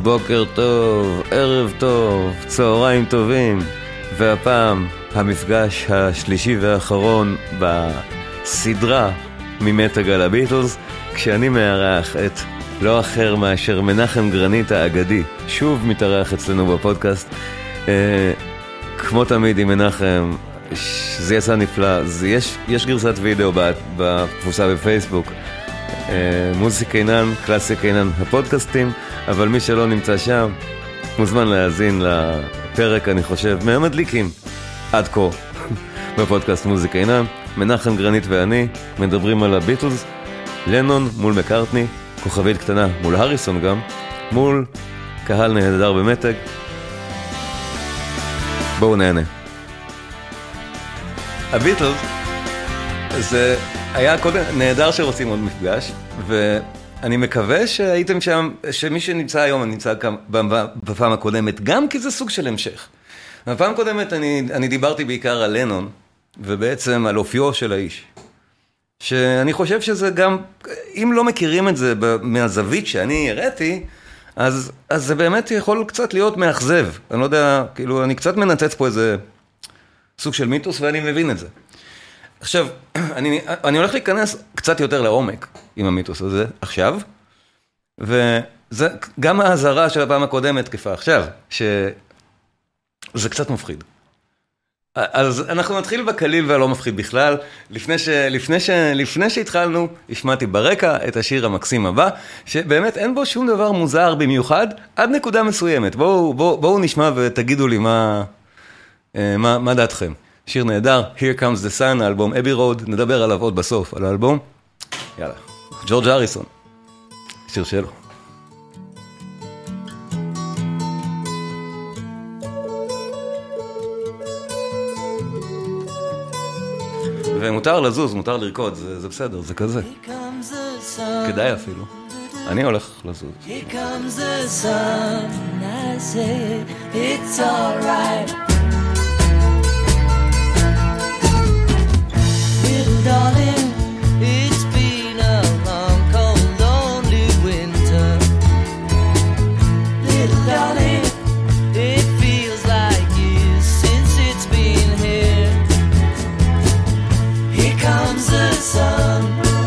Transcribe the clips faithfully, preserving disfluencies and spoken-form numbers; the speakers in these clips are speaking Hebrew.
בוקר טוב, ערב טוב, צהריים טובים, והפעם המפגש השלישי והאחרון בסדרה ממתג על הביטלס, כשאני מארח את לא אחר מאשר מנחם גרנית האגדי, שוב מתארח אצלנו בפודקאסט. אה, כמו תמיד עם מנחם, זה יצא נפלא, זה יש, יש גרסת וידאו בפוסה בפייסבוק, אה, מוזיק אינן, קלאסיק אינן, הפודקאסטים, אבל מי שלא נמצא שם, מוזמן להאזין לפרק, אני חושב, מהמדליקים עד כה בפודקאסט מוזיק אינן. מנחם גרנית ואני מדברים על הביטלס, לנון מול מקארטני, כוכבית קטנה מול הריסון גם, מול קהל נהדר במתג. בואו נהנה. הביטלס זה היה קודם נהדר שרוצים עוד מפגש, ואני מקווה שהייתם שם, שמי שנמצא היום נמצא בפעם הקודמת, גם כי זה סוג של המשך. בפעם הקודמת אני, אני דיברתי בעיקר על לנון, ובעצם על אופיו של האיש. שאני חושב שזה גם, אם לא מכירים את זה מהזווית שאני הראיתי, אז, אז זה באמת יכול קצת להיות מאכזב. אני לא יודע, כאילו, אני קצת מנצץ פה איזה סוג של מיתוס, ואני מבין את זה. עכשיו, אני, אני הולך להיכנס קצת יותר לעומק עם המיתוס הזה עכשיו, וזה גם ההזרה של הפעם הקודמת תקפה עכשיו, שזה קצת מפחיד. אז אנחנו נתחיל בקליל והלא מפחיד בכלל. לפני ש... לפני ש... לפני שהתחלנו, השמעתי ברקע את השיר המקסים הבא, שבאמת אין בו שום דבר מוזר במיוחד, עד נקודה מסוימת. בואו, בואו, בואו נשמע ותגידו לי מה, מה, מה דעתכם. שיר נהדר, Here Comes the Sun, האלבום אבי רוד, נדבר עליו עוד בסוף, על האלבום. יאללה, ג'ורג' הריסון, שיר שלו. ומותר לזוז, מותר לרקוד, זה, זה בסדר, זה כזה. כדאי אפילו. אני הולך לזוז. Here comes the sun, I say it's all right. Little darling, it's been a long, cold, lonely winter. Little darling, it feels like years since it's been here. Here comes the sun,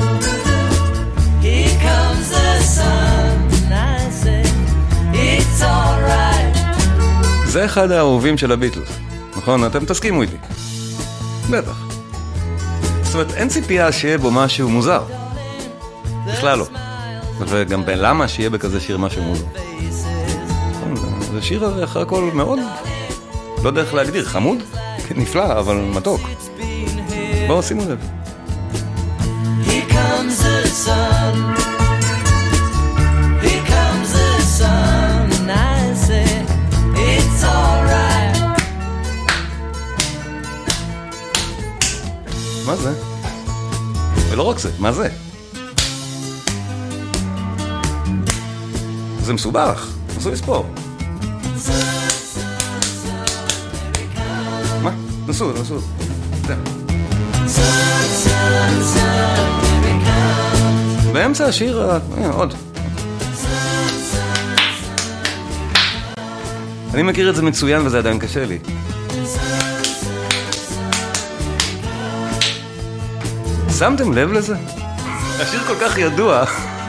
here comes the sun, I say, it's all right. זה אחד האהובים של הביטלס, נכון? אתם תסכימו איתי. בטח. זאת אומרת, אין ציפייה שיהיה בו משהו מוזר. בכלל לא. וגם למה שיהיה בכזה שיר משהו מוזר? זה שיר אחרי הכל מאוד, לא יודע איך להגדיר, חמוד? נפלא, אבל מתוק. בואו שימו לב. Here comes the sun, here comes the sun, I say it's all right. מה זה? ולא רק זה, מה זה? זה מסובך, נסו לספור. מה? נסו, נסו. זה. באמצע השיר, עוד. אני מכיר את זה מצוין וזה עדיין קשה לי. שמתם לב לזה? השיר כל כך ידוע.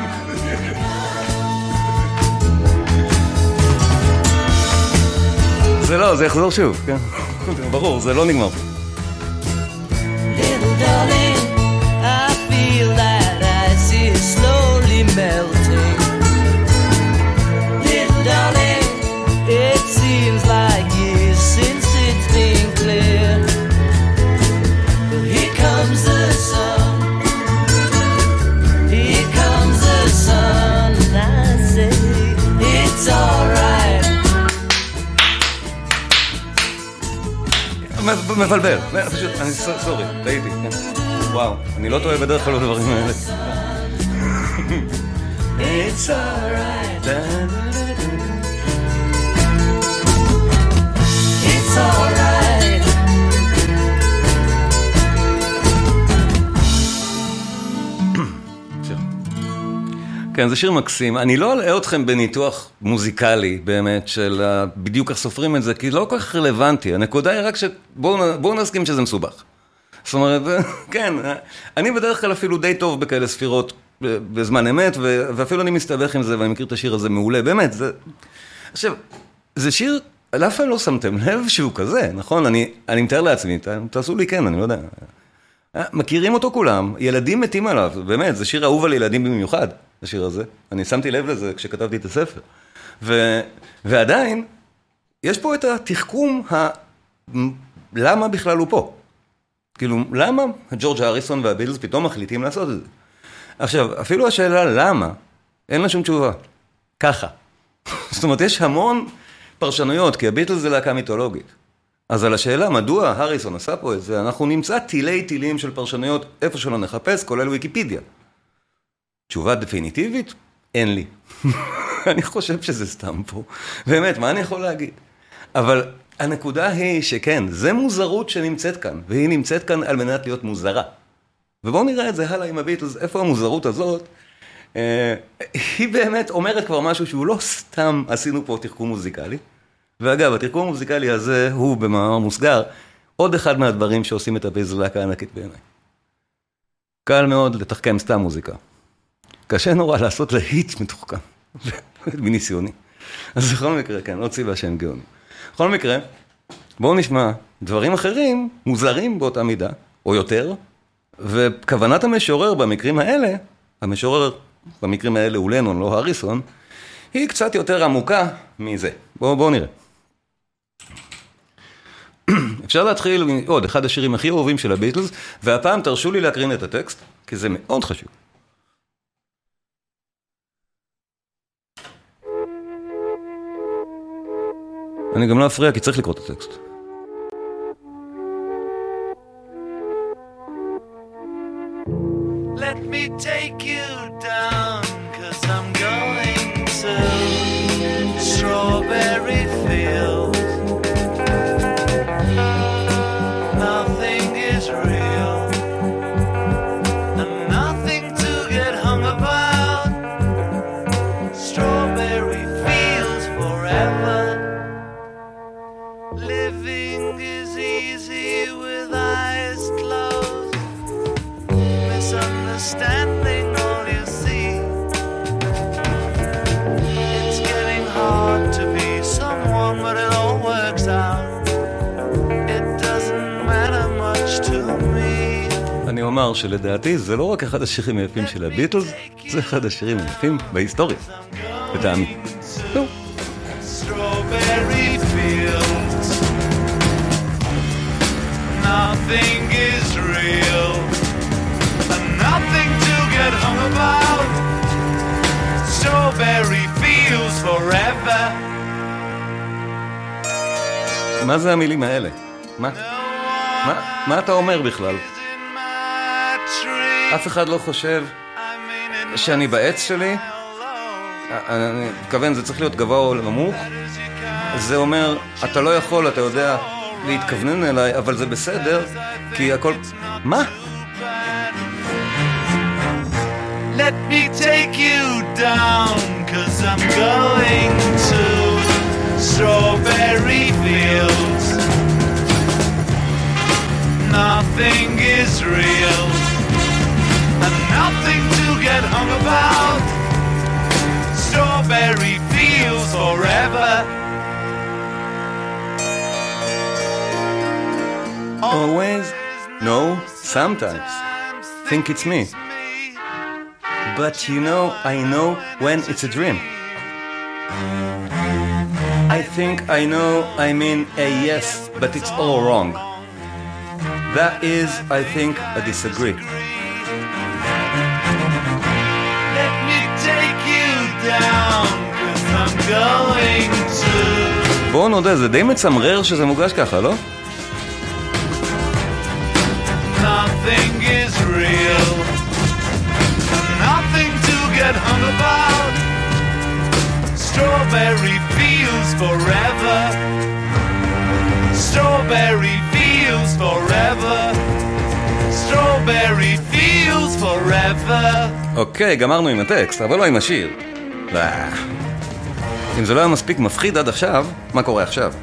זה לא, זה יחזור שוב, כן? ברור, זה לא נגמר. Little darling, I feel that ice is slowly melting. Little darling, it seems like years since it's been clear. But here comes the sun, here comes the sun, and I say it's all right. מבלבל, פשוט, אני סורי, טעיתי, וואו, אני לא טועה בדרך כלל בדברים האלה. It's alright, it's alright. כן, זה שיר מקסים. אני לא אלאה אתכם בניתוח מוזיקלי, באמת, של בדיוק איך סופרים את זה, כי לא כל כך רלוונטי. הנקודה היא רק שבואו נסכים שזה מסובך. זאת אומרת, כן, אני בדרך כלל אפילו די טוב בכאלה ספירות בזמן אמת, ואפילו אני מסתבך עם זה, ואני מכיר את השיר הזה מעולה, באמת. זה... עכשיו, זה שיר, לאף פעם לא שמתם לב שהוא כזה, נכון? אני, אני מתאר לעצמי, תעשו לי כן, אני לא יודע. מכירים אותו כולם, ילדים מתים עליו, באמת, זה שיר אהוב על ילדים במיוחד, השיר הזה. אני שמתי לב לזה כשכתבתי את הספר. ו... ועדיין, יש פה את התחכום, ה... למה בכלל הוא פה? כאילו, למה ג'ורג' הריסון והביטלס פתאום מחליטים לעשות את זה? עכשיו, אפילו השאלה למה, אין לה שום תשובה. ככה. זאת אומרת, יש המון פרשנויות, כי הביטלס זה להקה מיתולוגית. אז על השאלה, מדוע הריסון עשה פה את זה, אנחנו נמצא טילי טילים של פרשנויות איפה שלא נחפש, כולל ויקיפדיה. תשובה דפיניטיבית? אין לי. אני חושב שזה סתם פה. באמת, מה אני יכול להגיד? אבל הנקודה היא שכן, זה מוזרות שנמצאת כאן, והיא נמצאת כאן על מנת להיות מוזרה. ובואו נראה את זה הלאה עם הביטלס, איפה המוזרות הזאת, אה, היא באמת אומרת כבר משהו שהוא לא סתם עשינו פה תחכום מוזיקלי, ואגב, התחכום המוזיקלי הזה הוא במאמר מוסגר, עוד אחד מהדברים שעושים את הביטלס להקה ענקית בעיניי. קל מאוד לתחכם סתם מוזיקה. קשה נורא לעשות להיט מתוחכם, מניסיוני. אז בכל מקרה, כן, עוד סיבה שהם גאונים. בכל מקרה, בואו נשמע דברים אחרים, מוזרים באותה מידה, או יותר, וכוונת המשורר במקרים האלה, המשורר במקרים האלה הוא לנון, לא הריסון, היא קצת יותר עמוקה מזה. בואו בוא נראה. אפשר להתחיל עוד אחד השירים הכי אהובים של הביטלס, והפעם תרשו לי להקרין את הטקסט, כי זה מאוד חשוב. אני גם לא אפריע, כי צריך לקרוא את הטקסט. Let me take you down, 'cause I'm going to Strawberry Fields. Nothing is real, and nothing to get hung about. Strawberry Fields forever. Living is easy with eyes closed. Misunderstanding all you see. It's getting hard to be someone, but it all works out. It doesn't matter much to me. אני אומר שלדעתי זה לא רק אחד השירים היפים של הביטלס, זה אחד השירים היפים בהיסטוריה. לטעמי. טוב. Strawberry Fields. Nothing is real, and nothing to get hung about. Strawberry Fields forever. מה זה המילים האלה? מה? מה, מה אתה אומר בכלל? אף אחד לא חושב שאני בעץ שלי? אני מתכוון, זה צריך להיות גבוה או נמוך. זה אומר, אתה לא יכול, אתה יודע, להתכוונן אליי, אבל זה בסדר, כי הכל... מה? Let me take you down, 'cause I'm going to Strawberry Fields. Nothing is real, and nothing to get hung about. Strawberry Fields forever. Always, no, sometimes, think it's me. But you know, I know when it's a dream. I think I know, I mean a yes, but it's all wrong. That is, I think, I disagree. Let me take you down, 'cause I'm going to... בואו נודה, זה די מצמרר שזה מוגש ככה, לא? Nothing is real, nothing to get hung about. Strawberry Fields forever. Strawberry Fields forever. Strawberry Fields forever. אוקיי, גמרנו עם הטקסט, אבל לא עם השיר. לא. אם זה לא היה מספיק מפחיד עד עכשיו, מה קורה עכשיו?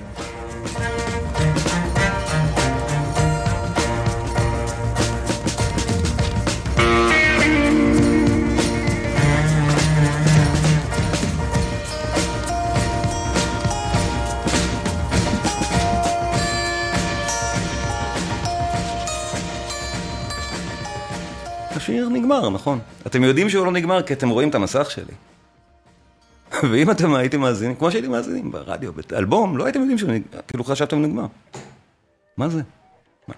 השיר נגמר, נכון. אתם יודעים שהוא לא נגמר כי אתם רואים את המסך שלי. ואם אתם הייתם מאזינים, כמו שהייתם מאזינים ברדיו, באלבום, לא הייתם יודעים שהוא נגמר, כאילו חשבתם נגמר. מה זה? מה?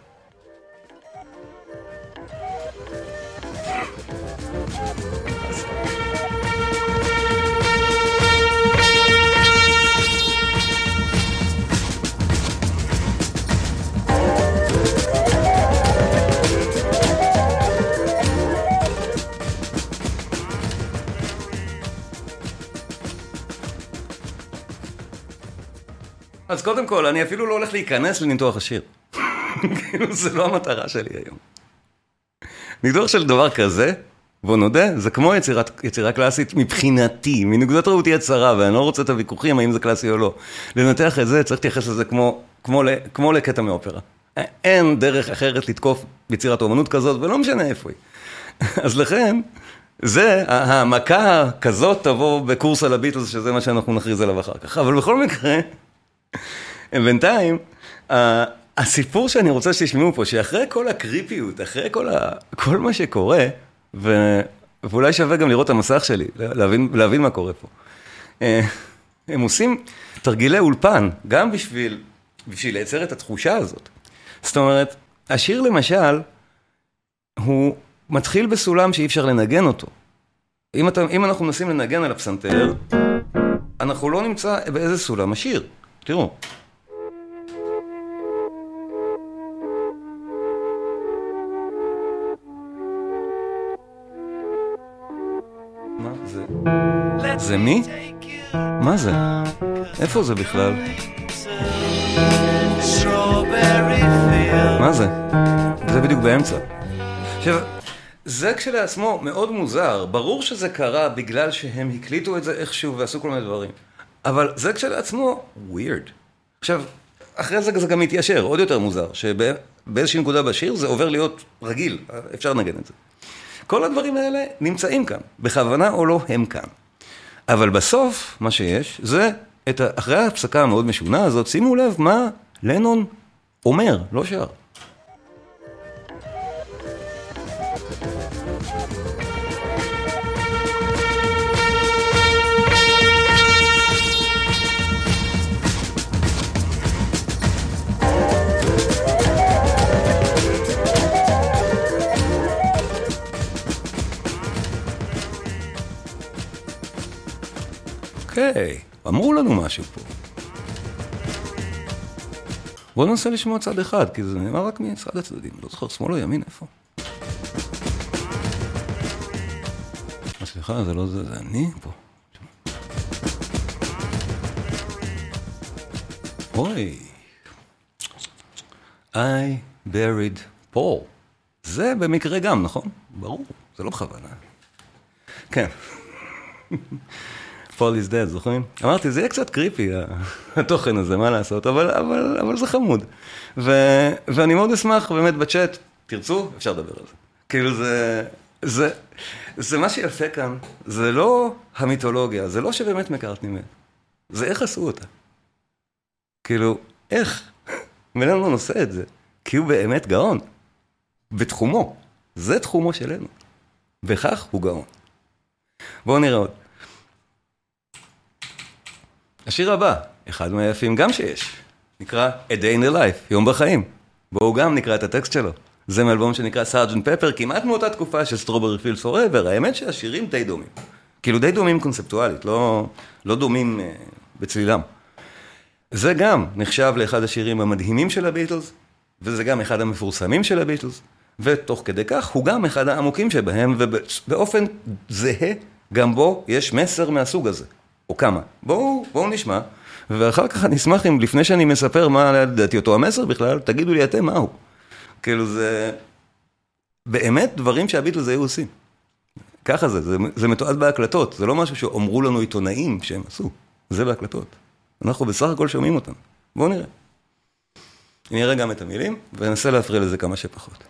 אז קודם כל, אני אפילו לא הולך להיכנס לניתוח השיר. כאילו, זה לא המטרה שלי היום. ניתוח של דבר כזה, בוא נודה, זה כמו יצירת, יצירה קלאסית מבחינתי, מנקודת ראותי הצרה, ואני לא רוצה את הוויכוחים האם זה קלאסי או לא. לנתח את זה, צריך להתייחס לזה כמו, כמו, כמו לקטע מאופרה. אין דרך אחרת לתקוף יצירת אומנות כזאת, ולא משנה איפה היא. אז לכן, זה, המכה כזאת תבוא בקורס על הביטלס, שזה מה שאנחנו נכריז עליו אחר כך. אבל בכל מקרה, בינתיים, הסיפור שאני רוצה שתשמעו פה, שאחרי כל הקריפיות, אחרי כל, ה... כל מה שקורה, ו... ואולי שווה גם לראות את המסך שלי, להבין, להבין מה קורה פה. הם עושים תרגילי אולפן, גם בשביל, בשביל לייצר את התחושה הזאת. זאת אומרת, השיר למשל, הוא מתחיל בסולם שאי אפשר לנגן אותו. אם, אתה, אם אנחנו מנסים לנגן על הפסנתר, אנחנו לא נמצא באיזה סולם השיר. תראו. מה זה? זה מי? מה זה? איפה זה בכלל? מה זה? זה בדיוק באמצע. עכשיו, זה כשלעצמו מאוד מוזר. ברור שזה קרה בגלל שהם הקליטו את זה איכשהו ועשו כל מיני דברים. אבל זה כשלעצמו weird. עכשיו, אחרי זה זה גם מתיישר, עוד יותר מוזר, שבאיזושהי נקודה בשיר זה עובר להיות רגיל, אפשר לנגן את זה. כל הדברים האלה נמצאים כאן, בכוונה או לא הם כאן. אבל בסוף, מה שיש, זה, את, אחרי ההפסקה המאוד משונה הזאת, שימו לב מה לנון אומר, לא שר. אוקיי, אמרו לנו משהו פה. בואו ננסה לשמוע צד אחד, כי זה נאמר רק מצד הצדדים. לא זוכר, שמאל או ימין, איפה? סליחה, זה לא זה, זה אני פה. אוי. I buried Paul. זה במקרה גם, נכון? ברור, זה לא בכוונה. כן. Paul is dead, זוכרים? אמרתי, זה יהיה קצת קריפי, התוכן הזה, מה לעשות, אבל, אבל, אבל זה חמוד. ו, ואני מאוד אשמח, באמת בצ'אט, תרצו, אפשר לדבר על זה. כאילו זה, זה, זה מה שיפה כאן, זה לא המיתולוגיה, זה לא שבאמת מקארטני מת, זה איך עשו אותה. כאילו, איך? מלנון עושה את זה, כי הוא באמת גאון, בתחומו, זה תחומו שלנו, וכך הוא גאון. בואו נראה עוד. השיר הבא, אחד מהיפים גם שיש, נקרא A Day in the Life, יום בחיים. בואו גם נקרא את הטקסט שלו. זה מאלבום שנקרא סארג'נט פפר, כמעט מאותה תקופה של סטרוברי פילס פוראבר. האמת שהשירים די דומים. כאילו די דומים קונספטואלית, לא, לא דומים uh, בצלילם. זה גם נחשב לאחד השירים המדהימים של הביטלס, וזה גם אחד המפורסמים של הביטלס, ותוך כדי כך הוא גם אחד העמוקים שבהם, ובאופן זהה גם בו יש מסר מהסוג הזה. או כמה. בואו, בואו נשמע, ואחר כך אני אשמח אם לפני שאני מספר מה לדעתי אותו המסר בכלל, תגידו לי אתם מהו. כאילו זה באמת דברים שהביטלס היו עושים. ככה זה, זה, זה מתועד בהקלטות, זה לא משהו שאומרו לנו עיתונאים שהם עשו, זה בהקלטות. אנחנו בסך הכל שומעים אותם. בואו נראה. נראה גם את המילים, וננסה להפריע לזה כמה שפחות.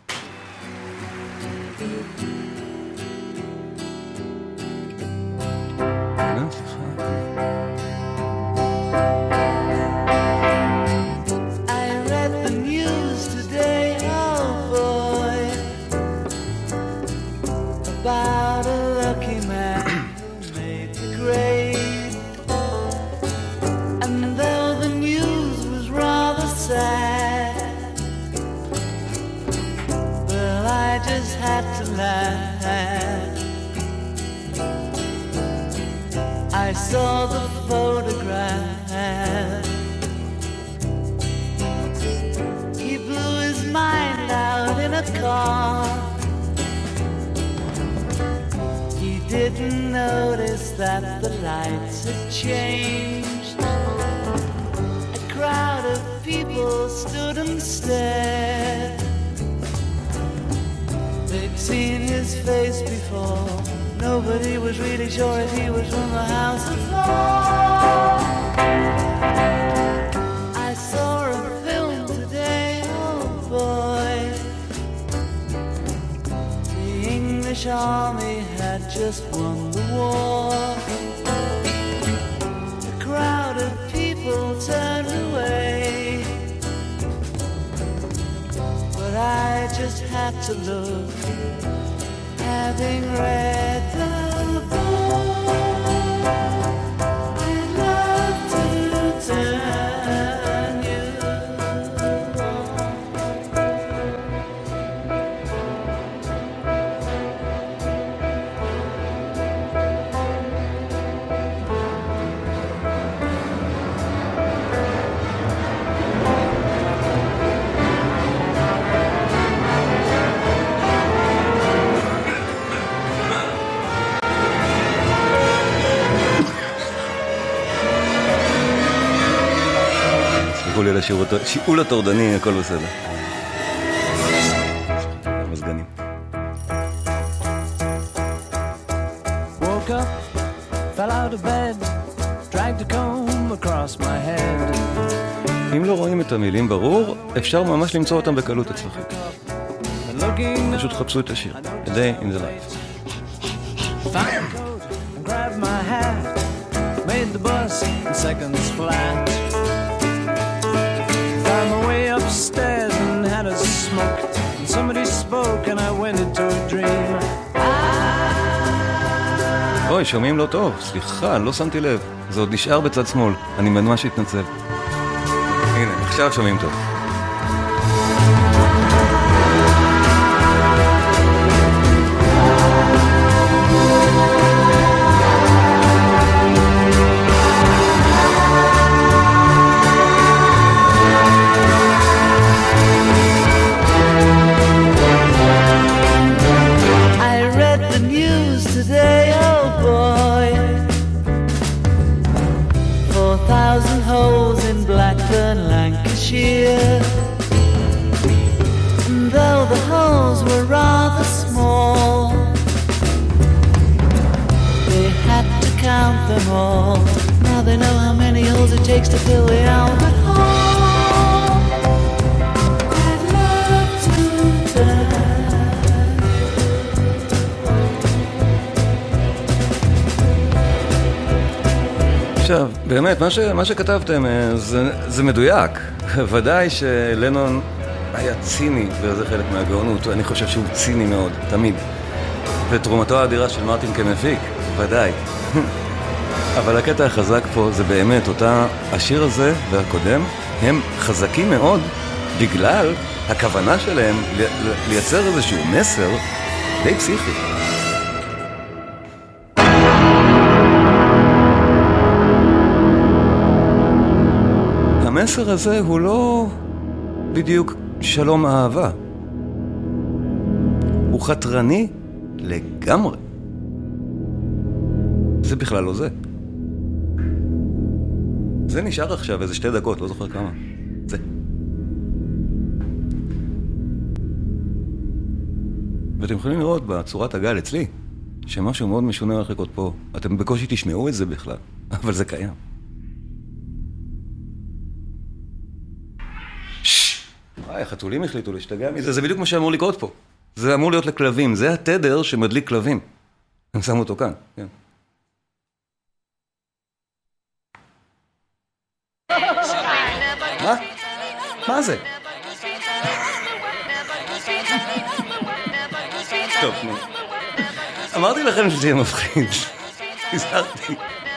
I saw the photograph. He blew his mind out in a car. He didn't notice that the lights had changed. A crowd of people stood and stared. They'd seen his face before. Nobody was really sure if he was from the House of Lords. I saw a film today, oh boy. The English army had just won the war. A crowd of people turned away, but I just had to look. Having read the book, I'd love to turn you לי לשיעול הטורדני, הכל בסדר. המזגנים. Woke up, fell out of bed, dragged a comb across my head. אם לא רואים את המילים ברור, אפשר ממש למצוא אותם בקלות אצלכם. פשוט חפשו את השיר. A Day in the Life. Found a coat and grabbed my hat, made the bus in seconds flat. Upstairs and had a smoke, and somebody spoke and I went into a dream. אוי, שומעים לא טוב, סליחה, לא שמתי לב, זה עוד נשאר בצד שמאל, אני ממש התנצל. הנה, עכשיו שומעים טוב. And though the holes were rather small, they had to count them all. Now they know how many holes it takes to fill the Albert Hall. I'd love to turn. עכשיו, באמת, מה, ש, מה שכתבתם זה, זה מדויק. ודאי שלנון היה ציני, וזה חלק מהגאונות. אני חושב שהוא ציני מאוד, תמיד. ותרומתו האדירה של מרטין כמפיק, ודאי. אבל הקטע החזק פה זה באמת אותה, השיר הזה והקודם, הם חזקים מאוד בגלל הכוונה שלהם לייצר איזשהו מסר די פסיכי. המסר הזה הוא לא בדיוק שלום אהבה. הוא חתרני לגמרי. זה בכלל לא זה. זה נשאר עכשיו איזה שתי דקות, לא זוכר כמה. זה. ואתם יכולים לראות בצורת הגל אצלי, שמשהו מאוד משונה הולך לקרות פה. אתם בקושי תשמעו את זה בכלל, אבל זה קיים. וואי, החתולים החליטו להשתגע מזה, זה בדיוק מה שאמור לקרות פה. זה אמור להיות לכלבים, זה התדר שמדליק כלבים. הם שמו אותו כאן, כן. מה? מה זה? טוב, נו. אמרתי לכם שזה יהיה מפחיד. הזהרתי.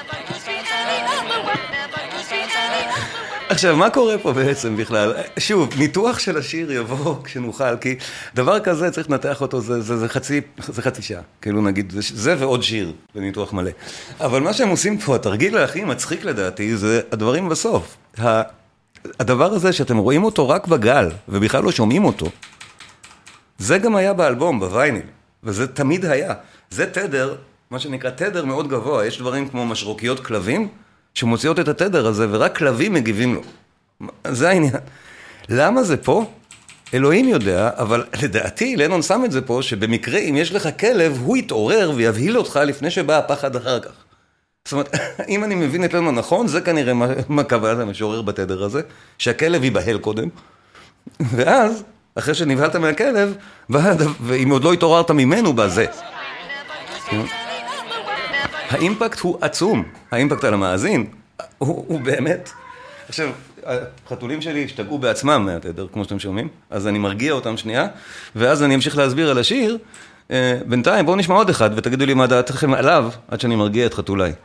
עכשיו, מה קורה פה בעצם בכלל? שוב, ניתוח של השיר יבוא כשנוכל, כי דבר כזה צריך לנתח אותו, זה, זה, זה, חצי, זה חצי שעה. כאילו נגיד, זה, זה ועוד שיר בניתוח מלא. אבל מה שהם עושים פה, התרגיל הכי מצחיק לדעתי, זה הדברים בסוף. הדבר הזה שאתם רואים אותו רק בגל, ובכלל לא שומעים אותו, זה גם היה באלבום, בווייניל, וזה תמיד היה. זה תדר, מה שנקרא תדר מאוד גבוה, יש דברים כמו משרוקיות כלבים, שמוציאות את התדר הזה, ורק כלבים מגיבים לו. זה העניין. למה זה פה? אלוהים יודע, אבל לדעתי, לנון שם את זה פה, שבמקרה אם יש לך כלב, הוא יתעורר ויבהיל אותך לפני שבא הפחד אחר כך. זאת אומרת, אם אני מבין את לנון נכון, זה כנראה מה קבלת המשורר בתדר הזה, שהכלב ייבהל קודם, ואז, אחרי שנבהלת מהכלב, ואם עוד לא התעוררת ממנו בזה. האימפקט הוא עצום, האימפקט על המאזין, הוא, הוא באמת. עכשיו, החתולים שלי השתגעו בעצמם מהתדר, כמו שאתם שומעים, אז אני מרגיע אותם שנייה, ואז אני אמשיך להסביר על השיר. בינתיים, בואו נשמע עוד אחד, ותגידו לי מה דעתכם עליו, עד שאני מרגיע את חתוליי.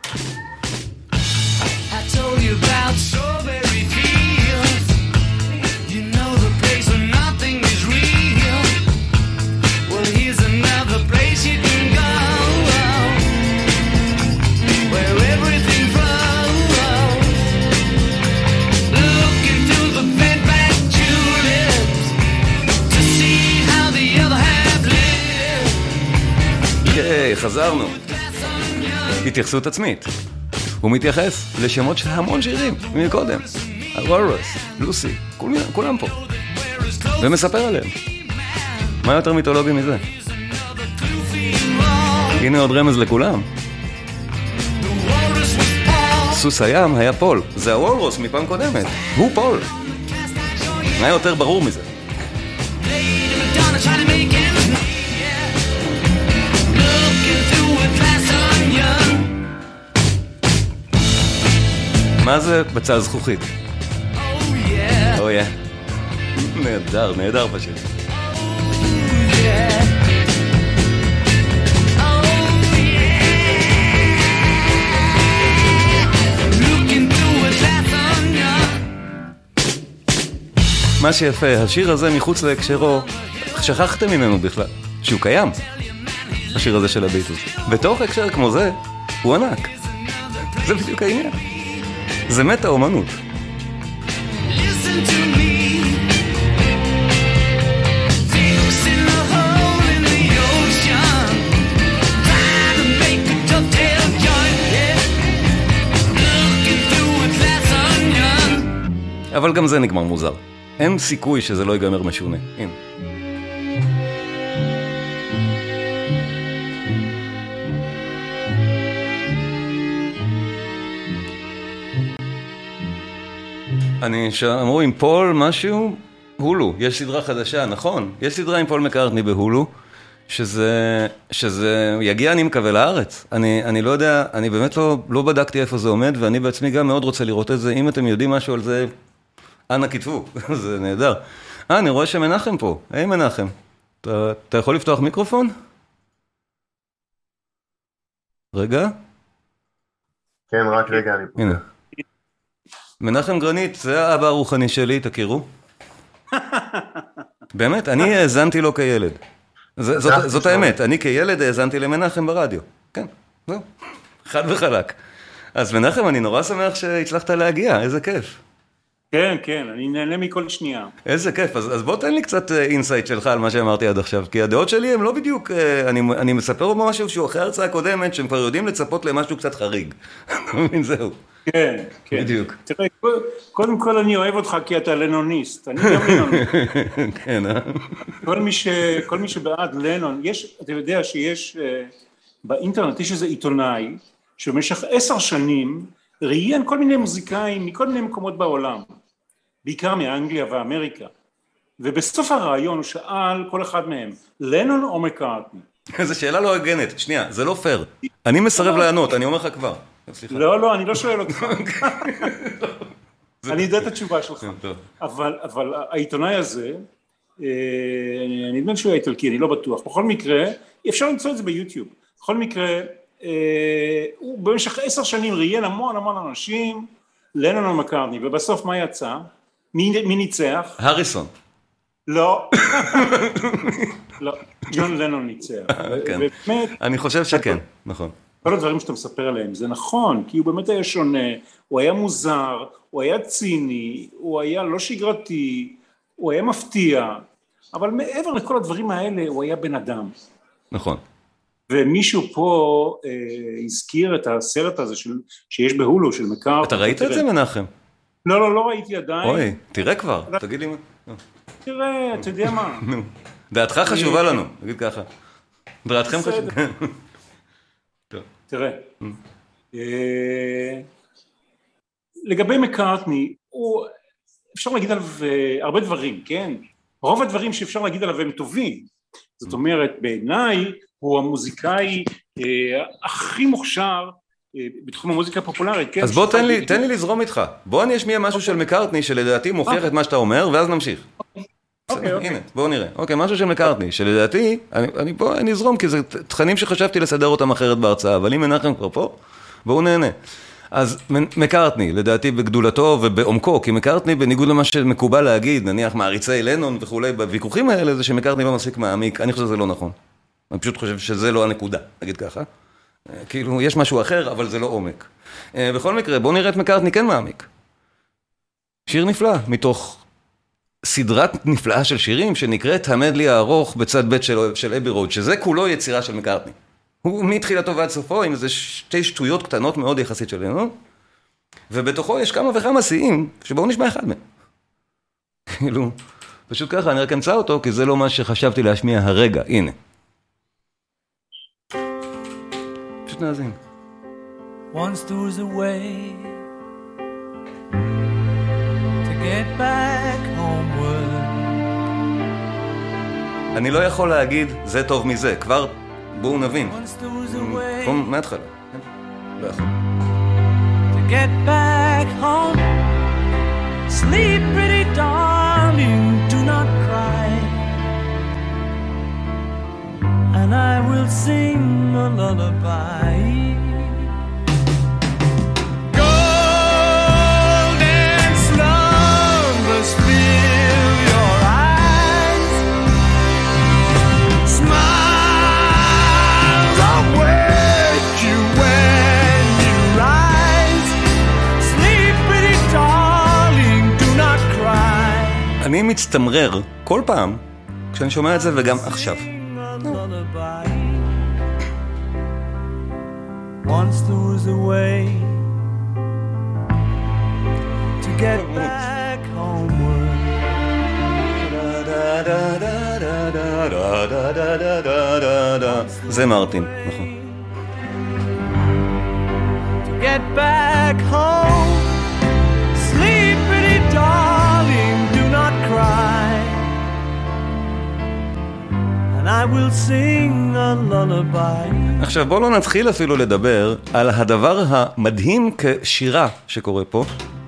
חזרנו. התייחסות עצמית. הוא מתייחס לשמות של המון שירים מקודם. הוולרוס, לוסי, כולם פה. ומספר עליהם. מה יותר מיתולוגי מזה? הנה עוד רמז לכולם. סוס הים היה פול. זה הוולרוס מפעם קודמת. הוא פול. מה יותר ברור מזה? מה זה בצל זכוכית? אוי, נהדר, נהדר פשוט. מה שיפה, השיר הזה מחוץ להקשרו, שכחתם ממנו בכלל, שהוא קיים, השיר הזה של הביטלס. בתוך הקשר כמו זה, הוא ענק. זה בדיוק העניין. זה מת האומנות. אבל גם זה נגמר מוזר. אין סיכוי שזה לא ייגמר משונה. הנה. אני שאמרו עם פול משהו, הולו, יש סדרה חדשה, נכון? יש סדרה עם פול מקארטני בהולו, שזה, שזה יגיע אני מקווה לארץ. אני, אני לא יודע, אני באמת לא, לא בדקתי איפה זה עומד, ואני בעצמי גם מאוד רוצה לראות את זה. אם אתם יודעים משהו על זה, אנא כתבו, זה נהדר. אה, אני רואה שמנחם פה. היי מנחם, אתה, אתה יכול לפתוח מיקרופון? רגע? כן, רק רגע, אני פה. הנה. מנחם גרנית, זה האבא הרוחני שלי, תכירו? באמת, אני האזנתי לו כילד. זאת, זאת, זאת האמת, אני כילד האזנתי למנחם ברדיו. כן, זהו, חד וחלק. אז מנחם, אני נורא שמח שהצלחת להגיע, איזה כיף. כן, כן, אני נהנה מכל שנייה. איזה כיף, אז, אז בוא תן לי קצת אינסייט שלך על מה שאמרתי עד עכשיו, כי הדעות שלי הם לא בדיוק, אני, אני מספר משהו שהוא אחרי הרצאה הקודמת, שהם כבר יודעים לצפות למשהו קצת חריג. זהו. כן, כן. בדיוק. תראה, קודם כל אני אוהב אותך כי אתה לנוניסט, אני גם לנוניסט. כן, אה? כל מי ש, כל מי שבעד לנון, יש, אתה יודע שיש באינטרנט יש איזה עיתונאי, שבמשך עשר שנים ראיין כל מיני מוזיקאים מכל מיני מקומות בעולם, בעיקר מאנגליה ואמריקה, ובסוף הרעיון הוא שאל כל אחד מהם, לנון או מקארטני? זו שאלה לא הגנת, שנייה, זה לא פייר. אני מסרב לענות, אני אומר לך כבר. לא, לא, אני לא שואל אותך. אני יודע את התשובה שלך. אבל העיתונאי הזה, אני נדמה שהוא היה איטלקי, אני לא בטוח. בכל מקרה, אפשר למצוא את זה ביוטיוב. בכל מקרה, הוא במשך עשר שנים ראיין המון המון אנשים, לנון או מקארטני, ובסוף מה יצא? מי ניצח? הריסון. לא. לא, ג'ון לנון ניצח. אני חושב שכן, נכון. כל הדברים שאתה מספר עליהם, זה נכון, כי הוא באמת היה שונה, הוא היה מוזר, הוא היה ציני, הוא היה לא שגרתי, הוא היה מפתיע, אבל מעבר לכל הדברים האלה, הוא היה בן אדם. נכון. ומישהו פה אה, הזכיר את הסרט הזה של, שיש בהולו של מקארטני. אתה ראית את זה, מנחם? לא, לא, לא ראיתי עדיין. אוי, תראה כבר, תגיד לי מה. תראה, אתה יודע מה. דעתך חשובה לנו, תגיד ככה. דעתכם חשובה. תראה, לגבי מקארטני, אפשר להגיד עליו הרבה דברים, כן? רוב הדברים שאפשר להגיד עליו הם טובים. זאת אומרת, בעיניי הוא המוזיקאי הכי מוכשר בתחום המוזיקה הפופולרית, כן? אז בוא תן לי, תן לי לזרום איתך. בוא אני אשמיע משהו של מקארטני שלדעתי מוכיח את מה שאתה אומר, ואז נמשיך. אוקיי, אוקיי. הנה, בואו נראה. אוקיי, משהו של מקארטני, שלדעתי, אני, אני, בוא, אני אזרום, כי זה תכנים שחשבתי לסדר אותם אחרת בהרצאה, אבל אם מנחם כבר פה, בואו נהנה. אז מקארטני, לדעתי בגדולתו ובעומקו, כי מקארטני, בניגוד למה שמקובל להגיד, נניח מעריצי לנון וכולי, בוויכוחים האלה, זה שמקארטני לא מספיק מעמיק, אני חושב שזה לא נכון. אני פשוט חושב שזה לא הנקודה, נגיד ככה. כאילו, יש משהו אחר, אבל זה לא עומק. בכל מקרה, בואו נראה את מקארטני כן מעמיק. שיר נפלא, מתוך סדרת נפלאה של שירים שנקראת המדלי הארוך בצד ב' של, של אבי רוד, שזה כולו יצירה של מקארטני. הוא מתחילתו ועד סופו עם איזה שתי שטויות קטנות מאוד יחסית שלנו, ובתוכו יש כמה וכמה שיאים, שבואו נשמע אחד מהם. כאילו, פשוט ככה, אני רק אמצא אותו, כי זה לא מה שחשבתי להשמיע הרגע, הנה. פשוט נאזין. Once there was a way to get back homeward. אני לא יכול להגיד זה טוב מזה, כבר בואו נבין. כבר מההתחלה. לא יכול. To get back home. Sleep pretty darling, do not cry. And I will sing a lullaby. אני מצטמרר כל פעם כשאני שומע את זה וגם עכשיו. Once there was a way to get back homeward. זה מרטין, נכון. To get back home. Sleep pretty darling, do not cry. And I will sing a lullaby. עכשיו בואו לא נתחיל אפילו לדבר על הדבר המדהים כשירה שקורה פה.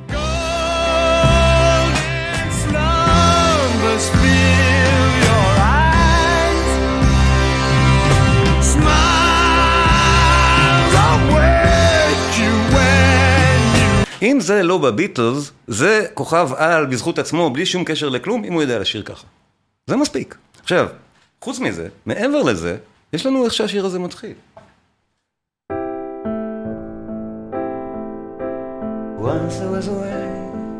אם זה לא בביטלס, זה כוכב על בזכות עצמו, בלי שום קשר לכלום, אם הוא יודע לשיר ככה. זה מספיק. עכשיו, חוץ מזה, מעבר לזה, יש לנו איך שהשיר הזה מתחיל. Once there was a way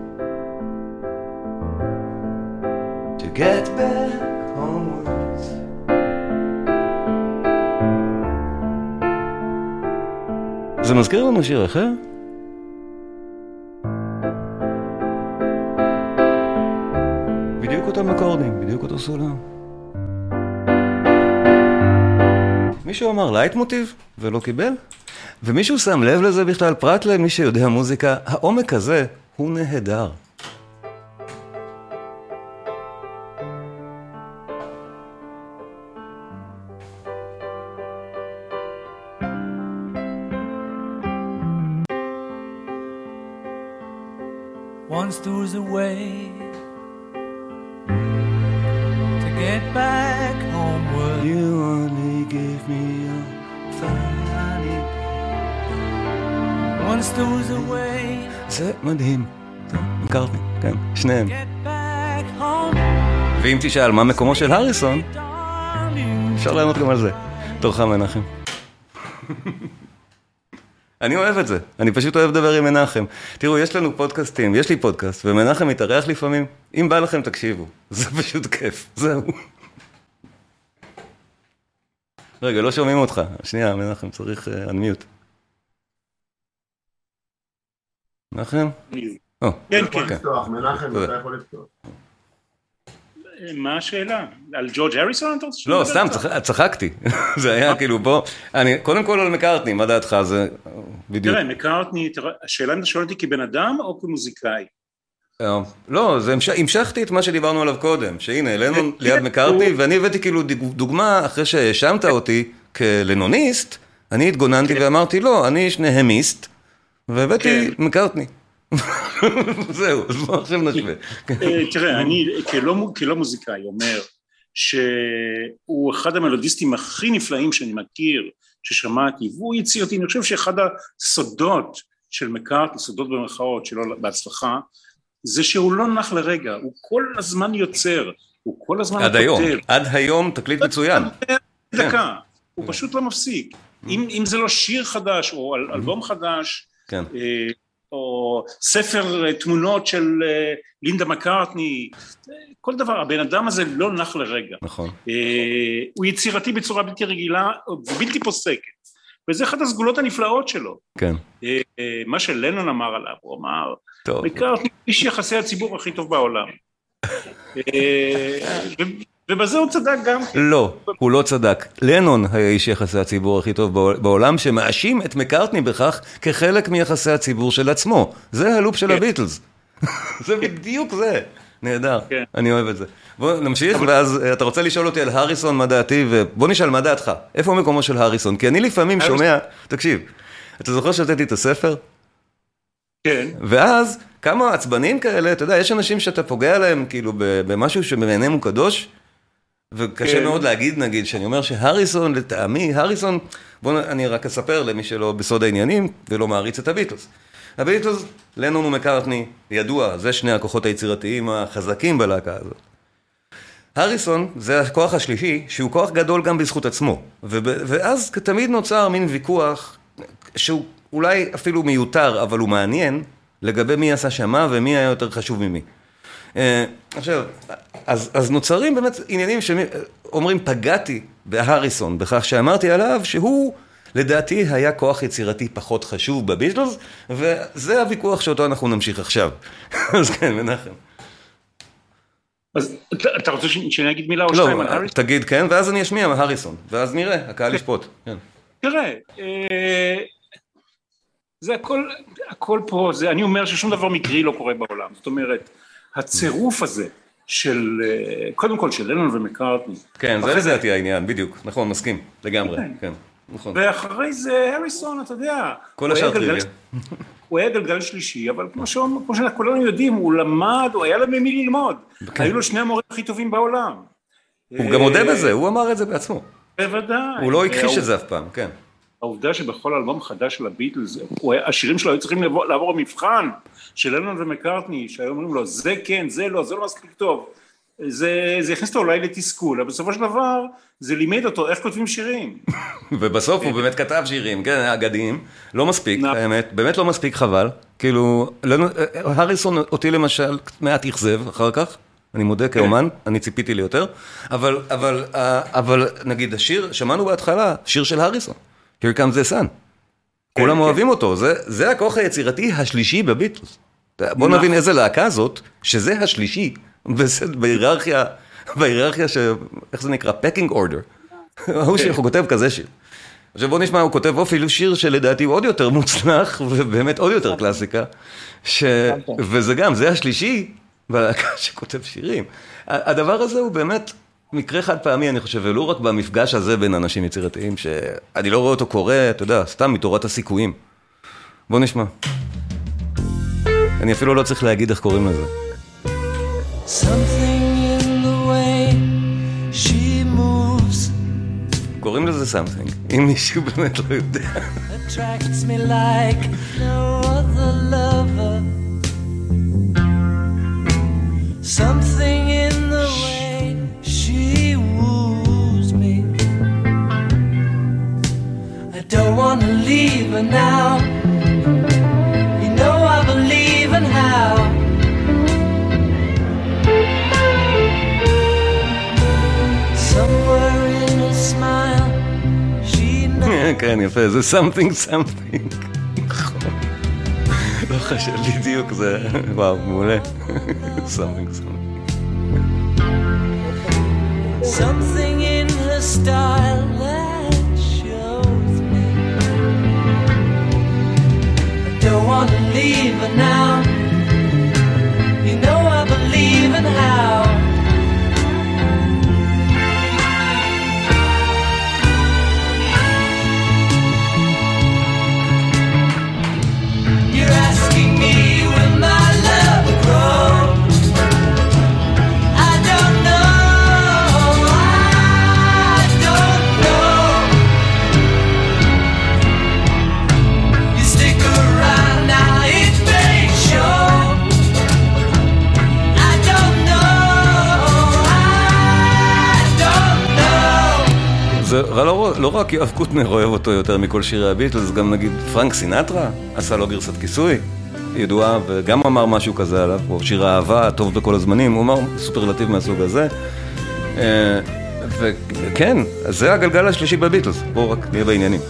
to get back homewards. זה מזכיר לנו שיר אחר? בדיוק אותם אקורדים, בדיוק אותו סולם. מישהו אמר לייט מוטיב ולא קיבל, ומישהו שם לב לזה בכלל, פרט למי שיודע מוזיקה, העומק הזה הוא נהדר. Once there was a way to get back homeward. You only gave me a funny. Once there was a way. זה מדהים. מקארטני, כן, שניהם. Get back home. ואם תשאל מה מקומו של הריסון, אפשר לענות גם על זה. תורך מנחם. אני אוהב את זה, אני פשוט אוהב לדבר עם מנחם. תראו, יש לנו פודקאסטים, יש לי פודקאסט, ומנחם מתארח לפעמים. אם בא לכם, תקשיבו. זה פשוט כיף, זהו. רגע, לא שומעים אותך. שנייה, מנחם, צריך unmute. מנחם? כן, כן. מנחם, אתה יכול לפתוח. מה השאלה? על ג'ורג' הריסון? לא, סתם, צחקתי. זה היה כאילו בוא, קודם כל על מקארטני, מה דעתך? זה בדיוק. תראה, מקארטני, השאלה אם אתה שואל אותי כבן אדם או כמוזיקאי? לא, המשכתי את מה שדיברנו עליו קודם, שהנה, לנון ליד מקארטני, ואני הבאתי כאילו דוגמה, אחרי שהאשמת אותי כלנוניסט, אני התגוננתי ואמרתי, לא, אני שניהמיסט, והבאתי מקארטני. זהו, אז בוא עכשיו נשווה. תראה, אני כלא מוזיקאי אומר שהוא אחד המלודיסטים הכי נפלאים שאני מכיר, ששמעתי, והוא יצירתי. אני חושב שאחד הסודות של מקארטני, סודות במרכאות שלו בהצלחה, זה שהוא לא נח לרגע, הוא כל הזמן יוצר, הוא כל הזמן עד היום, עד היום תקליט מצוין. דקה, הוא פשוט לא מפסיק. אם זה לא שיר חדש או אלבום חדש, כן. או ספר תמונות של לינדה מקארטני, כל דבר, הבן אדם הזה לא נח לרגע. נכון. הוא יצירתי בצורה בלתי רגילה ובלתי פוסקת, וזה אחת הסגולות הנפלאות שלו. כן. מה שלנון אמר עליו, הוא אמר, מקארטני איש יחסי הציבור הכי טוב בעולם. ובזה הוא צדק גם. לא, הוא לא צדק. לנון היה איש יחסי הציבור הכי טוב בעולם, שמאשים את מקארטני בכך כחלק מיחסי הציבור של עצמו. זה הלופ של הביטלס. זה בדיוק זה. נהדר, אני אוהב את זה. בוא נמשיך, ואז אתה רוצה לשאול אותי על הריסון, מה דעתי, ובוא נשאל מה דעתך. איפה מקומו של הריסון? כי אני לפעמים שומע, תקשיב, אתה זוכר שהתתי את הספר? כן. ואז כמה עצבנים כאלה, אתה יודע, יש אנשים שאתה פוגע להם כאילו במשהו שבעיניהם הוא קדוש, וקשה מאוד להגיד, נגיד, שאני אומר שהריסון, לטעמי, הריסון, בואו אני רק אספר למי שלא בסוד העניינים, ולא מעריץ את הביטלס. הביטלס, לנון ומקארטני, ידוע, זה שני הכוחות היצירתיים החזקים בלהקה הזאת. הריסון זה הכוח השלישי, שהוא כוח גדול גם בזכות עצמו, ואז תמיד נוצר מין ויכוח, שהוא אולי אפילו מיותר, אבל הוא מעניין, לגבי מי עשה שמה ומי היה יותר חשוב ממי. עכשיו, אז, אז נוצרים באמת עניינים שאומרים, פגעתי בהריסון, בכך שאמרתי עליו שהוא, לדעתי, היה כוח יצירתי פחות חשוב בביטלס, וזה הוויכוח שאותו אנחנו נמשיך עכשיו. אז כן, מנחם. אז אתה רוצה שאני אגיד מילה או שתיים על הריסון? לא, תגיד כן, ואז אני אשמיע מהריסון, ואז נראה, הקהל ישפוט. תראה, זה הכל, הכל פה, זה, אני אומר ששום דבר מקרי לא קורה בעולם. זאת אומרת, הצירוף הזה של, קודם כל של לנון ומקארטני. כן, זה לדעתי העניין, בדיוק, נכון, מסכים, לגמרי, כן, נכון. ואחרי זה הריסון, אתה יודע, כל השאר טריוויה. הוא היה גלגל שלישי, אבל כמו שכולנו יודעים, הוא למד, הוא היה לו ממי ללמוד. היו לו שני המורים הכי טובים בעולם. הוא גם מודה בזה, הוא אמר את זה בעצמו. בוודאי. הוא לא הכחיש את זה אף פעם, כן. העובדה שבכל אלבום חדש של הביטלס, השירים שלו היו צריכים לעבור מבחן של לנון ומקארטני, שהיו אומרים לו, זה כן, זה לא, זה לא מספיק טוב. זה, זה הכניס אותו אולי לתסכול, אבל בסופו של דבר, זה לימד אותו איך כותבים שירים. ובסוף הוא באמת כתב שירים, כן, אגדיים, לא מספיק, האמת, באמת לא מספיק חבל. כאילו, הריסון אותי למשל מעט יחזב אחר כך, אני מודה כאומן, אני ציפיתי לי יותר, אבל, אבל, אבל נגיד השיר, שמענו בהתחלה, שיר של הריסון. Here comes the sun. כולם אוהבים אותו, זה הכוח היצירתי השלישי בביטלס. בוא נבין איזה להקה זאת, שזה השלישי, בהיררכיה, בהיררכיה ש... איך זה נקרא? Pecking order. הוא שכותב כזה שיר. עכשיו בוא נשמע, הוא כותב אפילו שיר שלדעתי הוא עוד יותר מוצלח, ובאמת עוד יותר קלאסיקה, ש... וזה גם, זה השלישי בלהקה שכותב שירים. הדבר הזה הוא באמת מקרה חד פעמי, אני חושב, ולא רק במפגש הזה בין אנשים יצירתיים, שאני לא רואה אותו קורא, אתה יודע, סתם מתורת הסיכויים. בוא נשמע. אני אפילו לא צריך להגיד איך קוראים לזה. Something in the way she moves קוראים לזה something, אם מישהו באמת לא יודע. attracts me like no other lover. Something in the way she woos me. I don't want to leave her now. You know I believe in how. Somewhere in a smile she knows. כן, יפה, זה something something. לא חשב בדיוק, זה, וואו, מעולה. something something. Something in her style that shows me I don't want to leave her now. You know I believe in how. You're asking me will my love grow. I don't know, I don't know. You stick around now, it may show. I don't know, I don't know. זה לא, לא רק יואב קוטנר אוהב אותו יותר מכל שירי הביטלס, גם נגיד פרנק סינטרה עשה לו גרסת כיסוי ידועה, וגם אמר משהו כזה עליו, או שיר האהבה הטוב בכל הזמנים, הוא אמר סופרלטיב מהסוג הזה. וכן, זה הגלגל השלישי בביטלס, בואו רק נהיה בעניינים.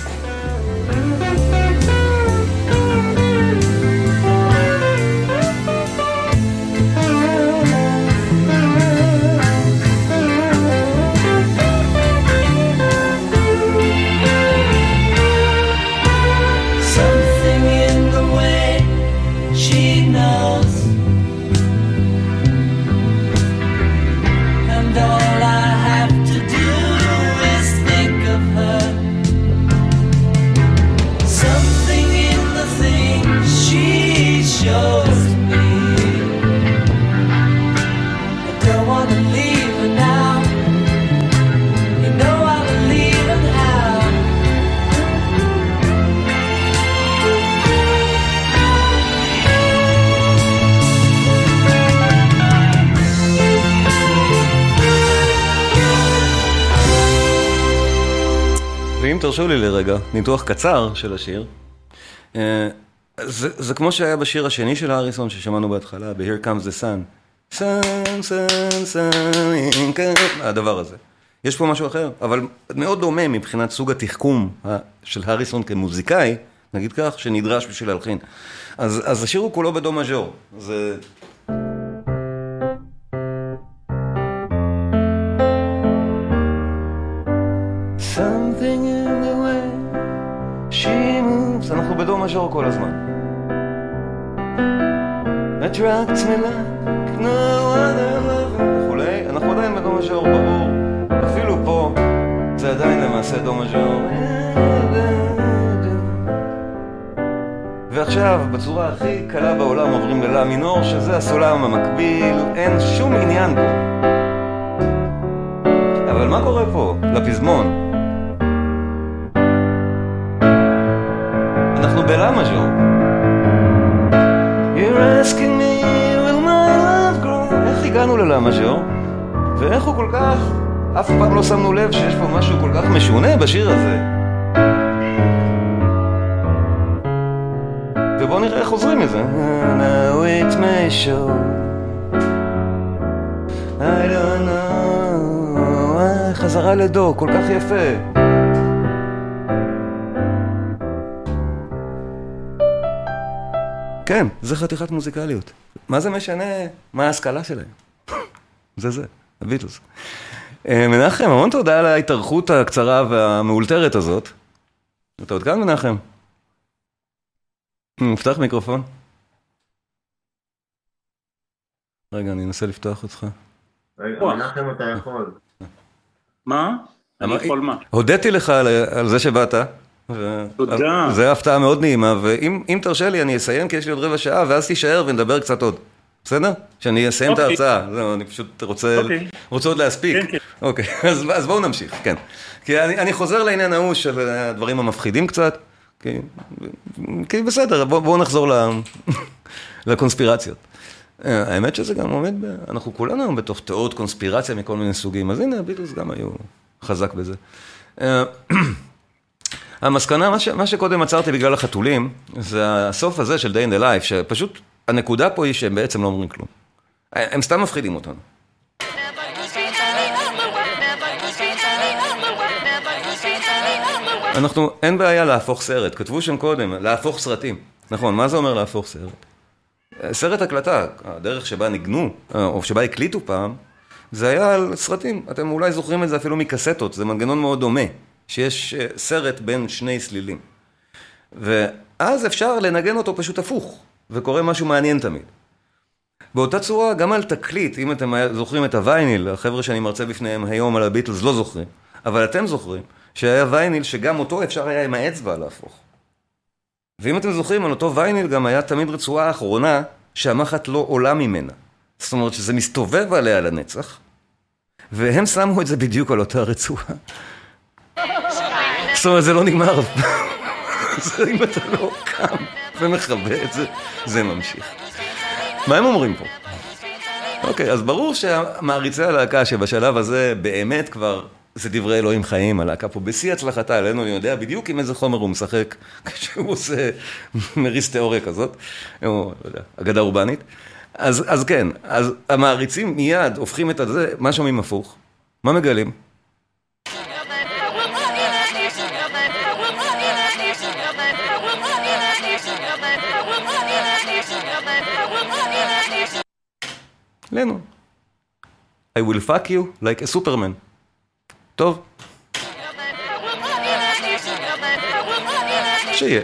Something in the way she knows. And all I have to do is think of her. Something in the things she shows me. I don't want to leave her now. You know I believe in how. ואם תרשו לי לרגע, ניתוח קצר של השיר, זה, זה כמו שהיה בשיר השני של האריסון ששמענו בהתחלה, ב-Here Comes the Sun. Sun, sun, sun, הדבר הזה. יש פה משהו אחר, אבל מאוד דומה מבחינת סוג התחכום של האריסון כמוזיקאי, נגיד כך, שנדרש בשביל להלחין. אז, אז השיר הוא כולו בדו מז'ור. זה... Something in the way she moves, אנחנו בדו מז'ור כל הזמן. Attracts me like no other love וכולי, אנחנו עדיין בדו מז'ור, ברור. אפילו פה זה עדיין למעשה דו מז'ור. ועכשיו בצורה הכי קלה בעולם עוברים ללה מינור, שזה הסולם המקביל, אין שום עניין פה. אבל מה קורה פה? לפזמון. אנחנו בלה מז'ור. You're asking me will my love grow. איך הגענו ללה מז'ור? ואיך הוא כל כך, אף פעם לא שמנו לב שיש פה משהו כל כך משונה בשיר הזה. ובואו נראה איך חוזרים מזה. Now it may show I don't know. חזרה לדו, כל כך יפה. כן, זה חתיכת מוזיקליות. מה זה משנה? מה ההשכלה שלהם? זה זה, הביטלס. מנחם, המון תודה על ההתארכות הקצרה והמאולתרת הזאת. אתה עוד כאן, מנחם? מפתח מיקרופון. רגע, אני אנסה לפתוח אותך. רגע, מנחם אתה יכול. מה? אני יכול מה? הודיתי לך על זה שבאת. תודה. זה הפתעה מאוד נעימה, ואם תרשה לי אני אסיים, כי יש לי עוד רבע שעה, ואז תישאר ונדבר קצת עוד. בסדר? שאני אסיים את ההרצאה. אני פשוט רוצה עוד להספיק. אוקיי, אז בואו נמשיך, כן. כי אני חוזר לעניין ההוא של הדברים המפחידים קצת, כי בסדר, בואו נחזור לקונספירציות. האמת שזה גם עומד, אנחנו כולנו היום בתוך תיאוריות קונספירציה מכל מיני סוגים, אז הנה, הביטלס גם היו חזק בזה. המסקנה, מה, ש, מה שקודם עצרתי בגלל החתולים, זה הסוף הזה של Day in the Life, שפשוט הנקודה פה היא שהם בעצם לא אומרים כלום. הם סתם מפחידים אותנו. אנחנו, אין בעיה להפוך סרט, כתבו שם קודם, להפוך סרטים. נכון, מה זה אומר להפוך סרט? סרט הקלטה, הדרך שבה ניגנו, או שבה הקליטו פעם, זה היה על סרטים. אתם אולי זוכרים את זה אפילו מקסטות, זה מנגנון מאוד דומה. שיש סרט בין שני סלילים. ואז אפשר לנגן אותו פשוט הפוך, וקורה משהו מעניין תמיד. באותה צורה, גם על תקליט, אם אתם זוכרים את הווייניל, החבר'ה שאני מרצה בפניהם היום על הביטלס לא זוכרים, אבל אתם זוכרים שהיה וייניל שגם אותו אפשר היה עם האצבע להפוך. ואם אתם זוכרים, על אותו וייניל גם היה תמיד רצועה האחרונה שהמחט לא עולה ממנה. זאת אומרת שזה מסתובב עליה לנצח, והם שמו את זה בדיוק על אותה רצועה. זאת אומרת, זה לא נגמר. אם אתה לא קם ומחווה את זה, זה ממשיך. מה הם אומרים פה? אוקיי, אז ברור שהמעריצי הלהקה שבשלב הזה באמת כבר זה דברי אלוהים חיים, הלהקה פה בשיא הצלחתה, עלינו אני יודע בדיוק עם איזה חומר הוא משחק כשהוא עושה מריס תיאוריה כזאת, או לא יודע, אגדה אורבנית. אז, אז כן, אז המעריצים מיד הופכים את זה, מה שומעים הפוך? מה מגלים? לנו. I will fuck you like a superman. טוב. שיהיה.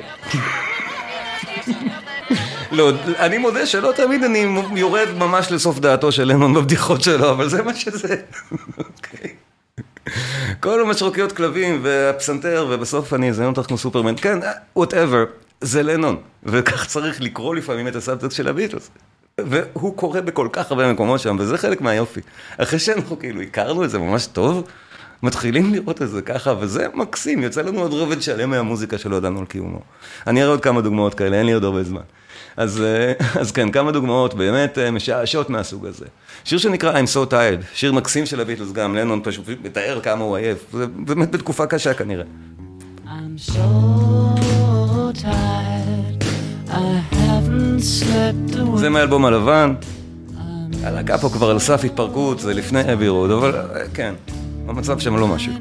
לא, אני מודה שלא תמיד אני יורד ממש לסוף דעתו של לנון בבדיחות שלו, אבל זה מה שזה. אוקיי. כל המשרוקיות כלבים והפסנתר, ובסוף אני אזיין אותך כמו סופרמן. כן, whatever, זה לנון. וכך צריך לקרוא לפעמים את הסאבטקסט של הביטלס. והוא קורא בכל כך הרבה מקומות שם, וזה חלק מהיופי. אחרי שאנחנו כאילו הכרנו את זה ממש טוב, מתחילים לראות את זה ככה, וזה מקסים, יוצא לנו עוד רובד שלם מהמוזיקה שלא ידענו על קיומו. אני אראה עוד כמה דוגמאות כאלה, אין לי עוד הרבה זמן. אז, אז כן, כמה דוגמאות באמת משעשות מהסוג הזה. שיר שנקרא I'm so tired, שיר מקסים של הביטלס גם, לנון פשוט מתאר כמה הוא עייף, זה באמת בתקופה קשה כנראה. I'm so tired, I haven't slept away. זה מהאלבום הלבן, הלהקה פה כבר על סף התפרקות, זה לפני אבי רוד, אבל כן, המצב שם לא משהו.